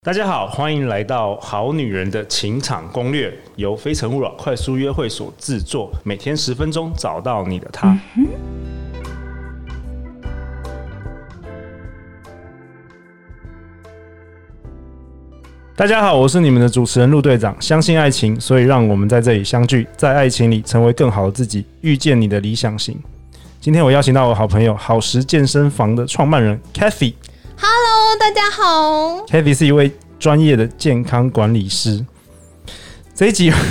大家好，欢迎来到好女人的情场攻略，由非诚勿扰快速约会所制作，每天10分钟，找到你的他。大家好，我是你们的主持人陆队长。相信爱情，所以让我们在这里相聚，在爱情里成为更好的自己，遇见你的理想型。今天我邀请到我好朋友好时健身房的创办人 Kathy。Hello， 大家好。 Kathy 是一位专业的健康管理师。这一集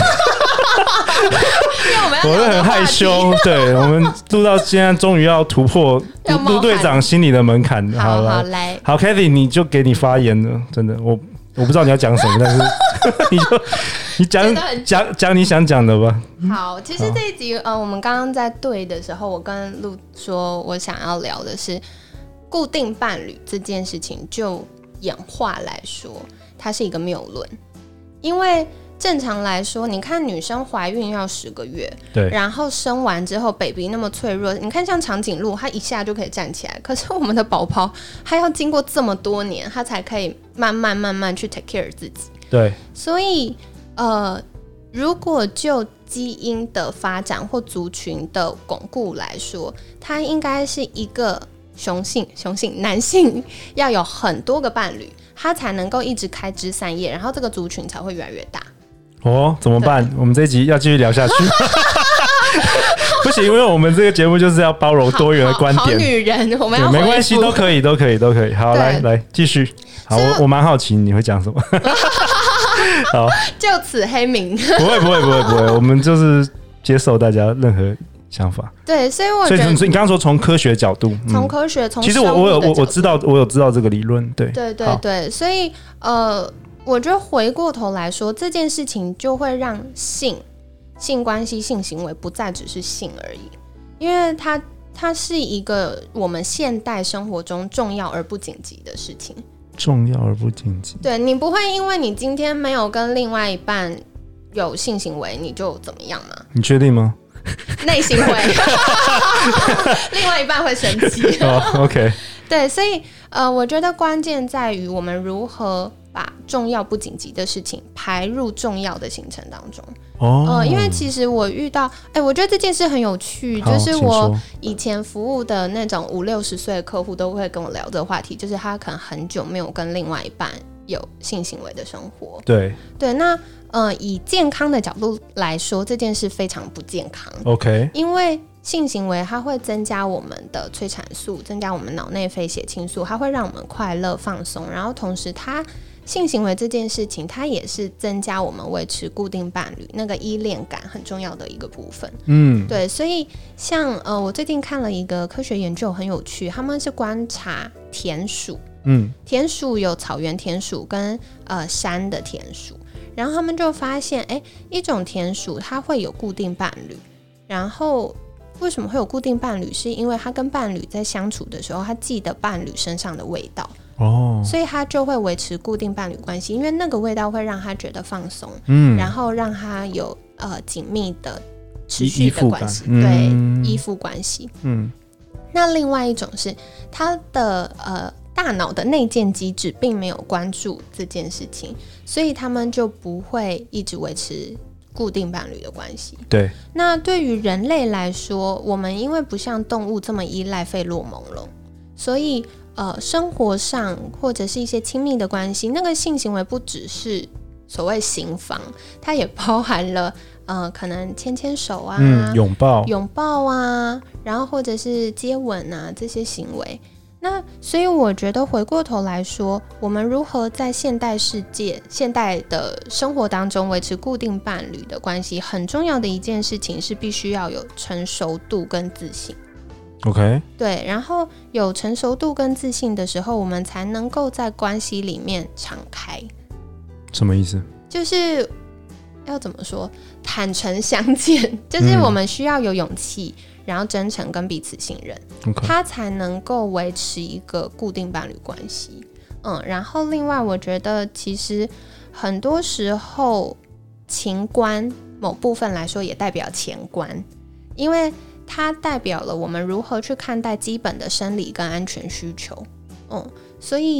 我都很害羞，对，我们录到现在终于要突破陆队长心里的门槛。 好来， 好 Kathy 你就给你发言了，真的，我不知道你要讲什么，但是你讲你想讲的吧。 好，其实这一集我们刚刚在对的时候，我跟陆说我想要聊的是固定伴侣这件事情，就演化来说，它是一个谬论。因为正常来说，你看女生怀孕要10个月， 对， 然后生完之后 baby 那么脆弱，你看像长颈鹿，它一下就可以站起来，可是我们的宝宝，它要经过这么多年，它才可以慢慢去 take care 自己。对，所以如果就基因的发展或族群的巩固来说，它应该是一个雄性男性要有很多个伴侣，他才能够一直开枝散叶，然后这个族群才会越来越大。 怎么办？我们这一集要继续聊下去。不行，因为我们这个节目就是要包容多元的观点。 好女人，我们要没关系，都可以。好，来继续。好，我蛮好奇你会讲什么。好， 就此黑名。 不会，我们就是接受大家任何想法。 对，所以我觉得， 所以你刚刚说从科学角度， 从科学，从其实我有知道这个理论，对， 所以我觉得回过头来说，这件事情就会让性关系、性行为不再只是性而已，因为它是一个我们现代生活中重要而不紧急的事情。 重要而不紧急。对， 你不会因为你今天没有跟另外一半有性行为，你就怎么样吗？ 你确定吗？ 内心会，另外一半会生气。 OK。 对，所以我觉得关键在于我们如何把重要不紧急的事情排入重要的行程当中。因为其实我遇到，我觉得这件事很有趣，就是我以前服务的那种50-60岁的客户都会跟我聊这个话题，就是他可能很久没有跟另外一半有性行为的生活。对，那以健康的角度来说，这件事非常不健康。OK， 因为性行为它会增加我们的催产素，增加我们脑内啡血清素，它会让我们快乐放松，然后同时性行为这件事情，它也是增加我们维持固定伴侣那个依恋感很重要的一个部分。对，所以像我最近看了一个科学研究很有趣，他们是观察田鼠，田鼠有草原田鼠跟山的田鼠，然后他们就发现，一种田鼠它会有固定伴侣，然后为什么会有固定伴侣？是因为它跟伴侣在相处的时候，它记得伴侣身上的味道。所以他就会维持固定伴侣关系，因为那个味道会让他觉得放松，然后让他有紧密的持续的关系，对，依附关系。那另外一种是他的大脑的内建机制并没有关注这件事情，所以他们就不会一直维持固定伴侣的关系。对，那对于人类来说，我们因为不像动物这么依赖费洛蒙了，所以生活上或者是一些亲密的关系，那个性行为不只是所谓行房，它也包含了可能牵手啊、拥抱啊，然后或者是接吻啊这些行为。那所以我觉得回过头来说，我们如何在现代世界、现代的生活当中维持固定伴侣的关系，很重要的一件事情是必须要有成熟度跟自信。OK， 对，然后有成熟度跟自信的时候，我们才能够在关系里面敞开。 什么意思？ 就是要怎么说，坦诚相见，就是我们需要有勇气，然后真诚跟彼此信任，它才能够维持一个固定伴侣关系。然后另外我觉得其实很多时候情观某部分来说也代表钱观，因为它代表了我们如何去看待基本的生理跟安全需求。所以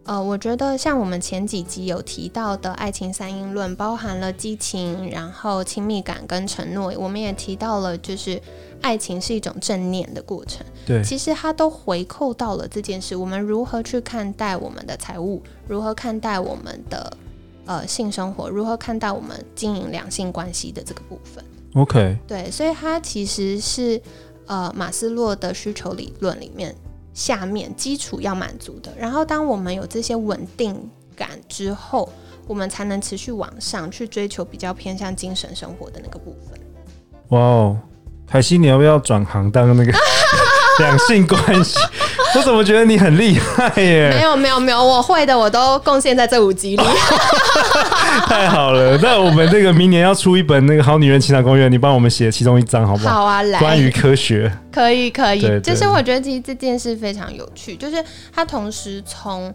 我觉得像我们前几集有提到的爱情三因论，包含了激情，然后亲密感跟承诺，我们也提到了就是爱情是一种正念的过程。 对， 其实它都回扣到了这件事，我们如何去看待我们的财务，如何看待我们的性生活，如何看待我们经营两性关系的这个部分。 OK， 对，所以它其实是马斯洛的需求理论里面下面基础要满足的，然后当我们有这些稳定感之后，我们才能持续往上去追求比较偏向精神生活的那个部分。 哇哦，凯西，你要不要转行当那个两性关系？我怎么觉得你很厉害耶？ 没有，我会的我都贡献在这5集里。 太好了，那我们这个明年要出一本那个《好女人情场攻略》，你帮我们写其中一章好不好？ 好啊，来， 关于科学。 可以， 对， 就是我觉得其实这件事非常有趣，就是它同时从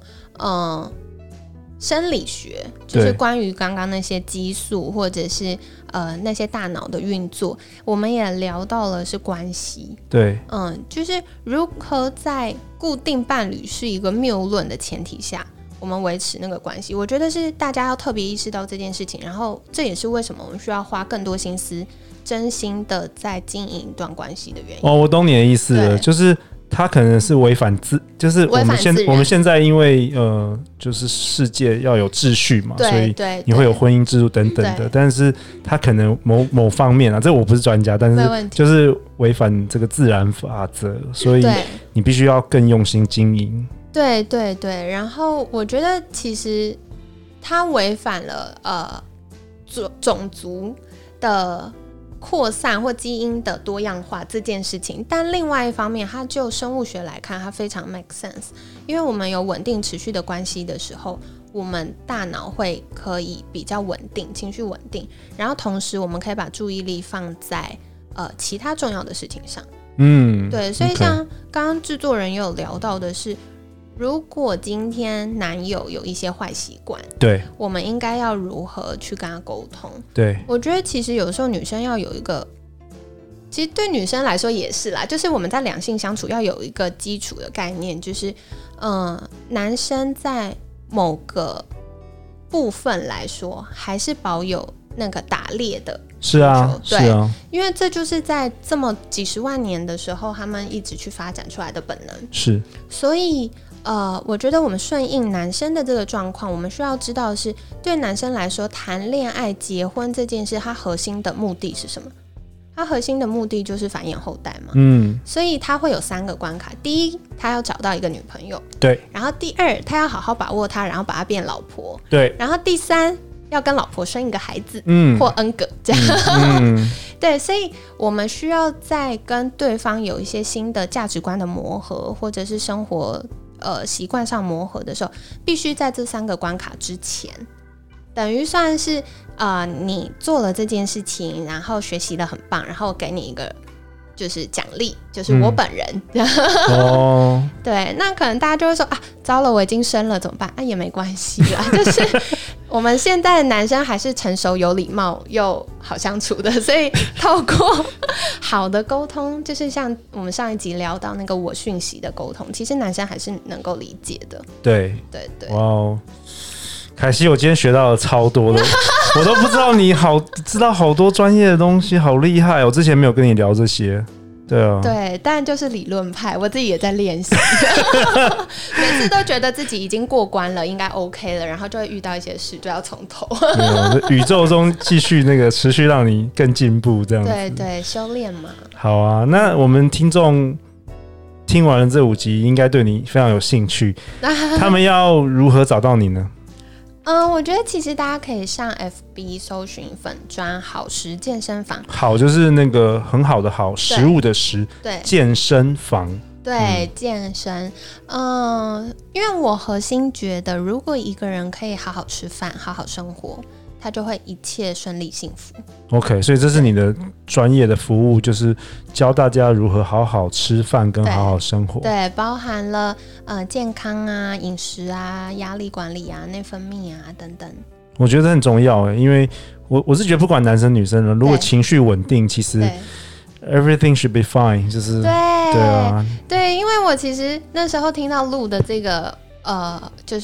生理学，就是关于刚刚那些激素或者是那些大脑的运作，我们也聊到了是关系。 对， 就是如何在固定伴侣是一个谬论的前提下，我们维持那个关系。我觉得是大家要特别意识到这件事情，然后这也是为什么我们需要花更多心思，真心的在经营一段关系的原因。 我懂你的意思了，就是它可能是违反就是我们现在因为就是世界要有秩序嘛，所以你会有婚姻制度等等的，但是它可能某方面啊，这我不是专家，但是就是违反这个自然法则，所以你必须要更用心经营。 对，然后我觉得其实它违反了种族的扩散或基因的多样化这件事情，但另外一方面，它就生物学来看，它非常 make sense， 因为我们有稳定持续的关系的时候，我们大脑会可以比较稳定，情绪稳定，然后同时我们可以把注意力放在其他重要的事情上。对，所以像刚刚制作人也有聊到的是，如果今天男友有一些坏习惯，对，我们应该要如何去跟他沟通？对，我觉得其实有时候女生要有一个，其实对女生来说也是啦，就是我们在两性相处要有一个基础的概念，就是男生在某个部分来说还是保有那个打猎的。是啊，因为这就是在这么几十万年的时候，他们一直去发展出来的本能。是，所以我觉得我们顺应男生的这个状况，我们需要知道的是，对男生来说，谈恋爱、结婚这件事，它核心的目的是什么？它核心的目的就是繁衍后代嘛。所以他会有3个关卡：第一，他要找到一个女朋友；对，然后第2，他要好好把握她，然后把她变老婆；对，然后第3。要跟老婆生一个孩子，或 N 个这样，对，所以我们需要在跟对方有一些新的价值观的磨合，或者是生活习惯上磨合的时候，必须在这3个关卡之前，等于算是你做了这件事情，然后学习得很棒，然后给你一个就是奖励，就是我本人。对，那可能大家就会说啊，糟了，我已经生了怎么办？也没关系啦，就是我们现在的男生还是成熟、有礼貌又好相处的，所以透过好的沟通，就是像我们上一集聊到那个我讯息的沟通，其实男生还是能够理解的。对，哇哦， 凯西，我今天学到了超多的，我都不知道你知道好多专业的东西，好厉害！我之前没有跟你聊这些。对啊，对， 但就是理论派，我自己也在练习，每次都觉得自己已经过关了，应该 OK 了，然后就会遇到一些事，就要从头。 宇宙中继续那个持续让你更进步，这样子。 对，修炼嘛。 好啊，那我们听众听完了这5集，应该对你非常有兴趣。他们要如何找到你呢？ 我觉得其实大家可以上 FB 搜寻粉专好食健身房， 好就是那个很好的好，食物的食，对，健身房， 对，健身。因为我核心觉得，如果一个人可以好好吃饭，好好生活，他就会一切顺利幸福。 OK， 所以这是你的专业的服务，就是教大家如何好好吃饭跟好好生活。 对，包含了健康啊、饮食啊、压力管理啊、内分泌啊等等。 我觉得很重要耶，因为我是觉得不管男生女生，如果情绪稳定，其实 everything should be fine， 就是对啊， 对，因为我其实那时候听到录的这个就是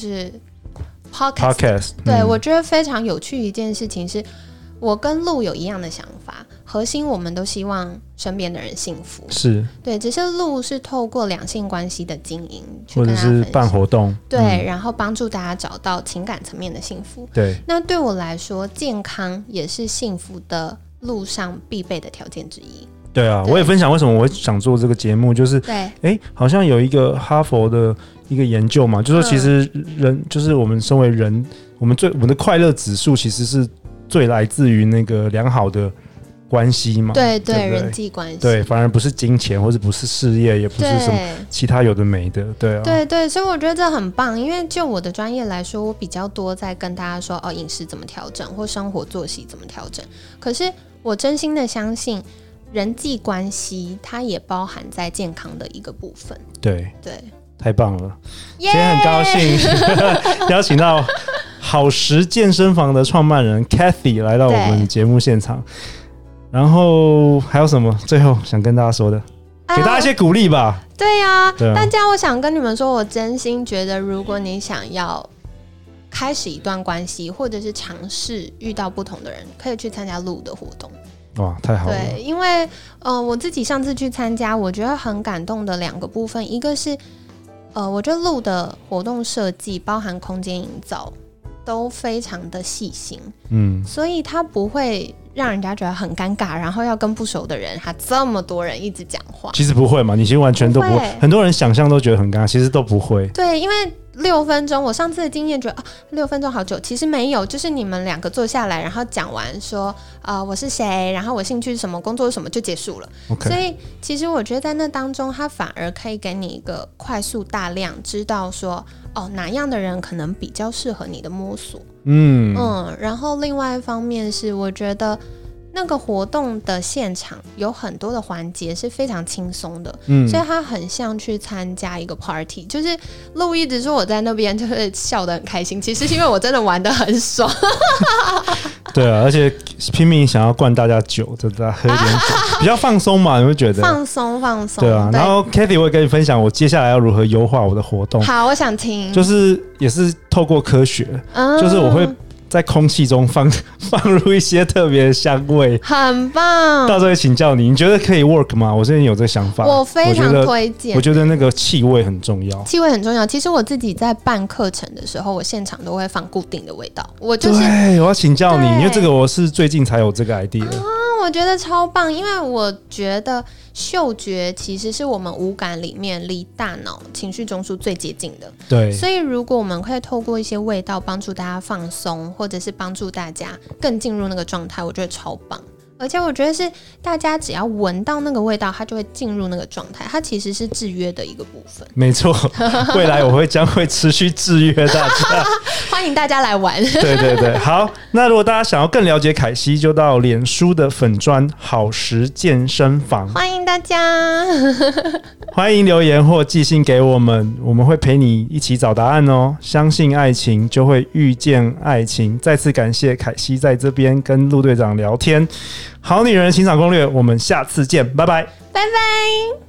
podcast， 对，我觉得非常有趣一件事情是，我跟鹿有一样的想法，核心我们都希望身边的人幸福， 是对，只是鹿是透过两性关系的经营， 或者是办活动， 对，然后帮助大家找到情感层面的幸福。 对，那对我来说，健康也是幸福的路上必备的条件之一。 对啊，我也分享为什么我会想做这个节目，就是好像有一个哈佛的一个研究嘛，就说其实人就是我们身为人，我们的快乐指数其实是最来自于那个良好的关系嘛， 对，人际关系， 对，反而不是金钱，或者不是事业，也不是什么其他有的没的，对啊， 对，所以我觉得这很棒，因为就我的专业来说，我比较多在跟大家说饮食怎么调整，或生活作息怎么调整，可是我真心的相信。人际关系它也包含在健康的一个部分。对， 太棒了！今天很高兴邀请到好食健身房的创办人 Cathy 来到我们节目现场。然后还有什么最后想跟大家说的？给大家一些鼓励吧。 对啊，大家我想跟你们说，我真心觉得，如果你想要开始一段关系，或者是尝试遇到不同的人，可以去参加鹿的活动。 哇，太好了！ 对，因为我自己上次去参加，我觉得很感动的两个部分，一个是我觉得鹿的活动设计包含空间营造都非常的细心，所以它不会让人家觉得很尴尬，然后要跟不熟的人，他这么多人一直讲话， 其实不会嘛，你其实完全都不会，很多人想象都觉得很尴尬，其实都不会。 对，因为6分钟，我上次的经验觉得6分钟好久，其实没有，就是你们两个坐下来，然后讲完说我是谁，然后我兴趣是什么，工作是什么就结束了。所以其实我觉得在那当中，它反而可以给你一个快速大量知道说哪样的人可能比较适合你的摸索。然后另外一方面是我觉得那个活动的现场有很多的环节是非常轻松的，所以它很像去参加一个 party， 就是路一直说我在那边就是笑得很开心，其实是因为我真的玩得很爽。 对啊，而且拼命想要灌大家酒，就大家喝一点酒，比较放松嘛，你会觉得放松。 对啊，然后 Cathy 我也跟你分享我接下来要如何优化我的活动。 好，我想听， 就是也是透过科学，就是我会在空气中放入一些特别的香味， 很棒。 到时候请教你，你觉得可以 work 吗？我最近有这个想法， 我非常推荐。 我觉得那个气味很重要， 气味很重要。其实我自己在办课程的时候，我现场都会放固定的味道。我要请教你，因为这个我是最近才有这个 idea。 我觉得超棒，因为我觉得嗅觉其实是我们五感里面离大脑情绪中枢最接近的。 对， 所以如果我们可以透过一些味道帮助大家放松，或者是帮助大家更进入那个状态，我觉得超棒。而且我觉得是大家只要闻到那个味道，它就会进入那个状态，它其实是制约的一个部分。 没错，未来我将会持续制约大家， 欢迎大家来玩。 对，好，那如果大家想要更了解凯西，就到脸书的粉专好食健身房， 欢迎大家， 欢迎留言或寄信给我们，我们会陪你一起找答案哦。相信爱情，就会遇见爱情。再次感谢凯西在这边跟陆队长聊天。好女人情场攻略，我们下次见，拜拜， 拜拜。